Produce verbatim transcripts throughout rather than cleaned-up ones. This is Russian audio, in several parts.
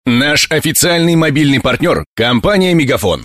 Наш официальный мобильный партнер – компания «Мегафон».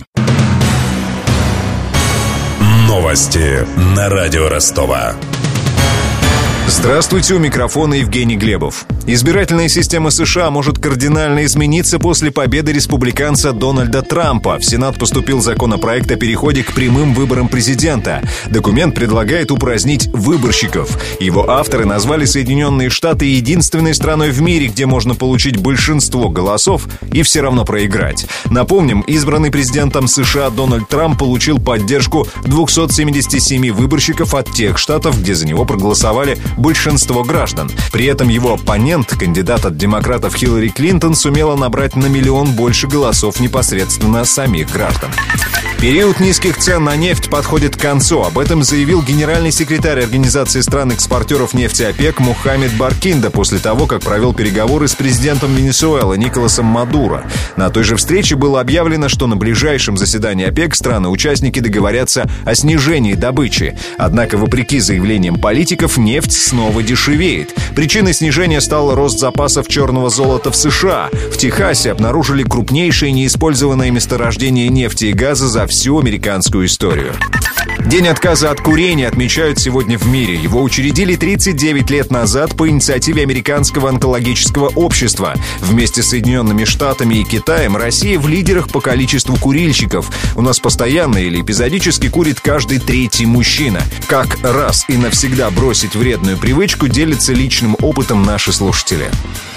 Новости на радио Ростова. Здравствуйте, у микрофона Евгений Глебов. Избирательная система США может кардинально измениться после победы республиканца Дональда Трампа. В Сенат поступил законопроект о переходе к прямым выборам президента. Документ предлагает упразднить выборщиков. Его авторы назвали Соединенные Штаты единственной страной в мире, где можно получить большинство голосов и все равно проиграть. Напомним, избранный президентом США Дональд Трамп получил поддержку двухсот семидесяти семи выборщиков от тех штатов, где за него проголосовали большинство граждан. При этом его оппонент, кандидат от демократов Хиллари Клинтон, сумела набрать на миллион больше голосов непосредственно самих граждан. Период низких цен на нефть подходит к концу. Об этом заявил генеральный секретарь Организации стран-экспортеров нефти ОПЕК Мухаммед Баркинда после того, как провел переговоры с президентом Венесуэлы Николасом Мадуро. На той же встрече было объявлено, что на ближайшем заседании ОПЕК страны-участники договорятся о снижении добычи. Однако, вопреки заявлениям политиков, нефть снова дешевеет. Причиной снижения стал рост запасов черного золота в США. В Техасе обнаружили крупнейшее неиспользованное месторождение нефти и газа за всю американскую историю. День отказа от курения отмечают сегодня в мире. Его учредили тридцать девять лет назад по инициативе Американского онкологического общества. Вместе с Соединенными Штатами и Китаем Россия в лидерах по количеству курильщиков. У нас постоянно или эпизодически курит каждый третий мужчина. Как раз и навсегда бросить вредную привычку, делятся личным опытом наши слушатели.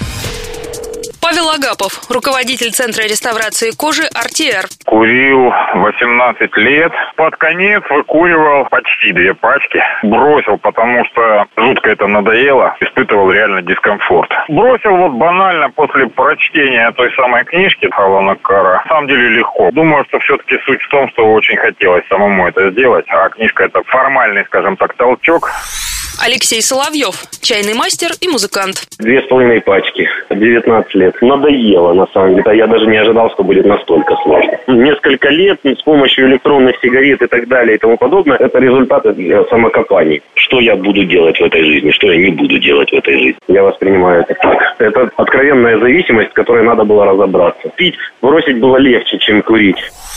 Павел Агапов, руководитель Центра реставрации кожи «Артиэр». Курил восемнадцать лет. Под конец выкуривал почти две пачки. Бросил, потому что жутко это надоело. Испытывал реально дискомфорт. Бросил вот банально после прочтения той самой книжки Алана Карра. На самом деле легко. Думаю, что все-таки суть в том, что очень хотелось самому это сделать. А книжка — это формальный, скажем так, толчок. Алексей Соловьев, чайный мастер и музыкант. Две с половиной пачки, девятнадцать лет. Надоело, на самом деле. Я даже не ожидал, что будет настолько сложно. Несколько лет с помощью электронных сигарет и так далее и тому подобное, это результаты самокопаний. Что я буду делать в этой жизни, что я не буду делать в этой жизни. Я воспринимаю это так. Это откровенная зависимость, с которой надо было разобраться. Пить, бросить было легче, чем курить.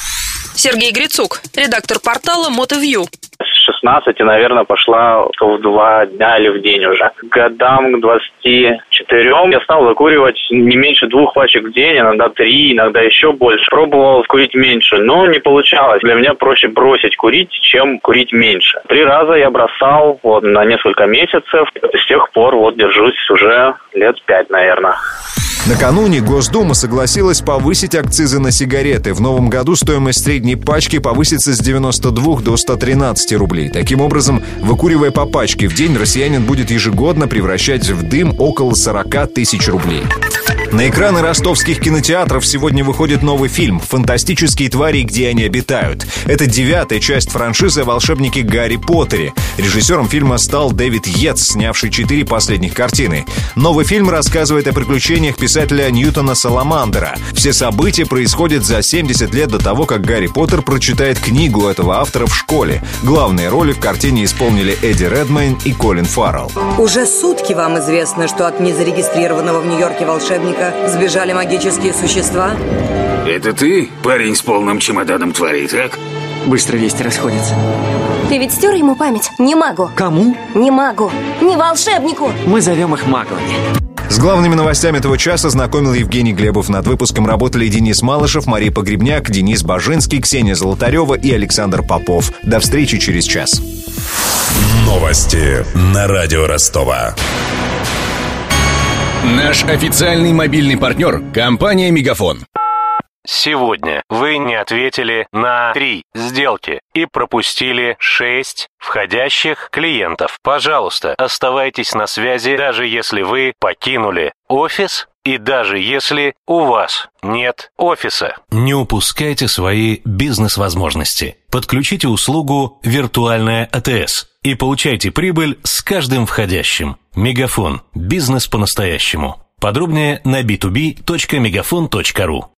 Сергей Грицук, редактор портала MotoView. С шестнадцати, наверное, пошла в два дня или в день уже. К годам, к двадцати четырем я стал выкуривать не меньше двух пачек в день, иногда три, иногда еще больше. Пробовал курить меньше, но не получалось. Для меня проще бросить курить, чем курить меньше. Три раза я бросал вот, на несколько месяцев. С тех пор вот держусь уже лет пять, наверное. Накануне Госдума согласилась повысить акцизы на сигареты. В новом году стоимость средней пачки повысится с девяноста двух до ста тринадцати рублей. Таким образом, выкуривая по пачке в день, россиянин будет ежегодно превращать в дым около сорока тысяч рублей. На экраны ростовских кинотеатров сегодня выходит новый фильм «Фантастические твари и где они обитают». Это девятая часть франшизы о волшебнике Гарри Поттере. Режиссером фильма стал Дэвид Йетс, снявший четыре последних картины. Новый фильм рассказывает о приключениях писателя Ньютона Саламандера. Все события происходят за семьдесят лет до того, как Гарри Поттер прочитает книгу этого автора в школе. Главные роли в картине исполнили Эдди Редмейн и Колин Фаррелл. Уже сутки вам известно, что от незарегистрированного в Нью-Йорке волшебника сбежали магические существа? Это ты, парень с полным чемоданом тварей, так? Быстро вести расходятся. Ты ведь стер ему память? Не магу. Кому? Не магу. Не волшебнику. Мы зовем их маглами. С главными новостями этого часа знакомил Евгений Глебов. Над выпуском работали Денис Малышев, Мария Погребняк, Денис Бажинский, Ксения Золотарева и Александр Попов. До встречи через час. Новости на радио Ростова. Наш официальный мобильный партнер – компания «Мегафон». Сегодня вы не ответили на три сделки и пропустили шесть входящих клиентов. Пожалуйста, оставайтесь на связи, даже если вы покинули офис и даже если у вас нет офиса. Не упускайте свои бизнес-возможности. Подключите услугу «Виртуальная АТС» и получайте прибыль с каждым входящим. Мегафон. Бизнес по-настоящему. Подробнее на би ту би точка мегафон точка ру.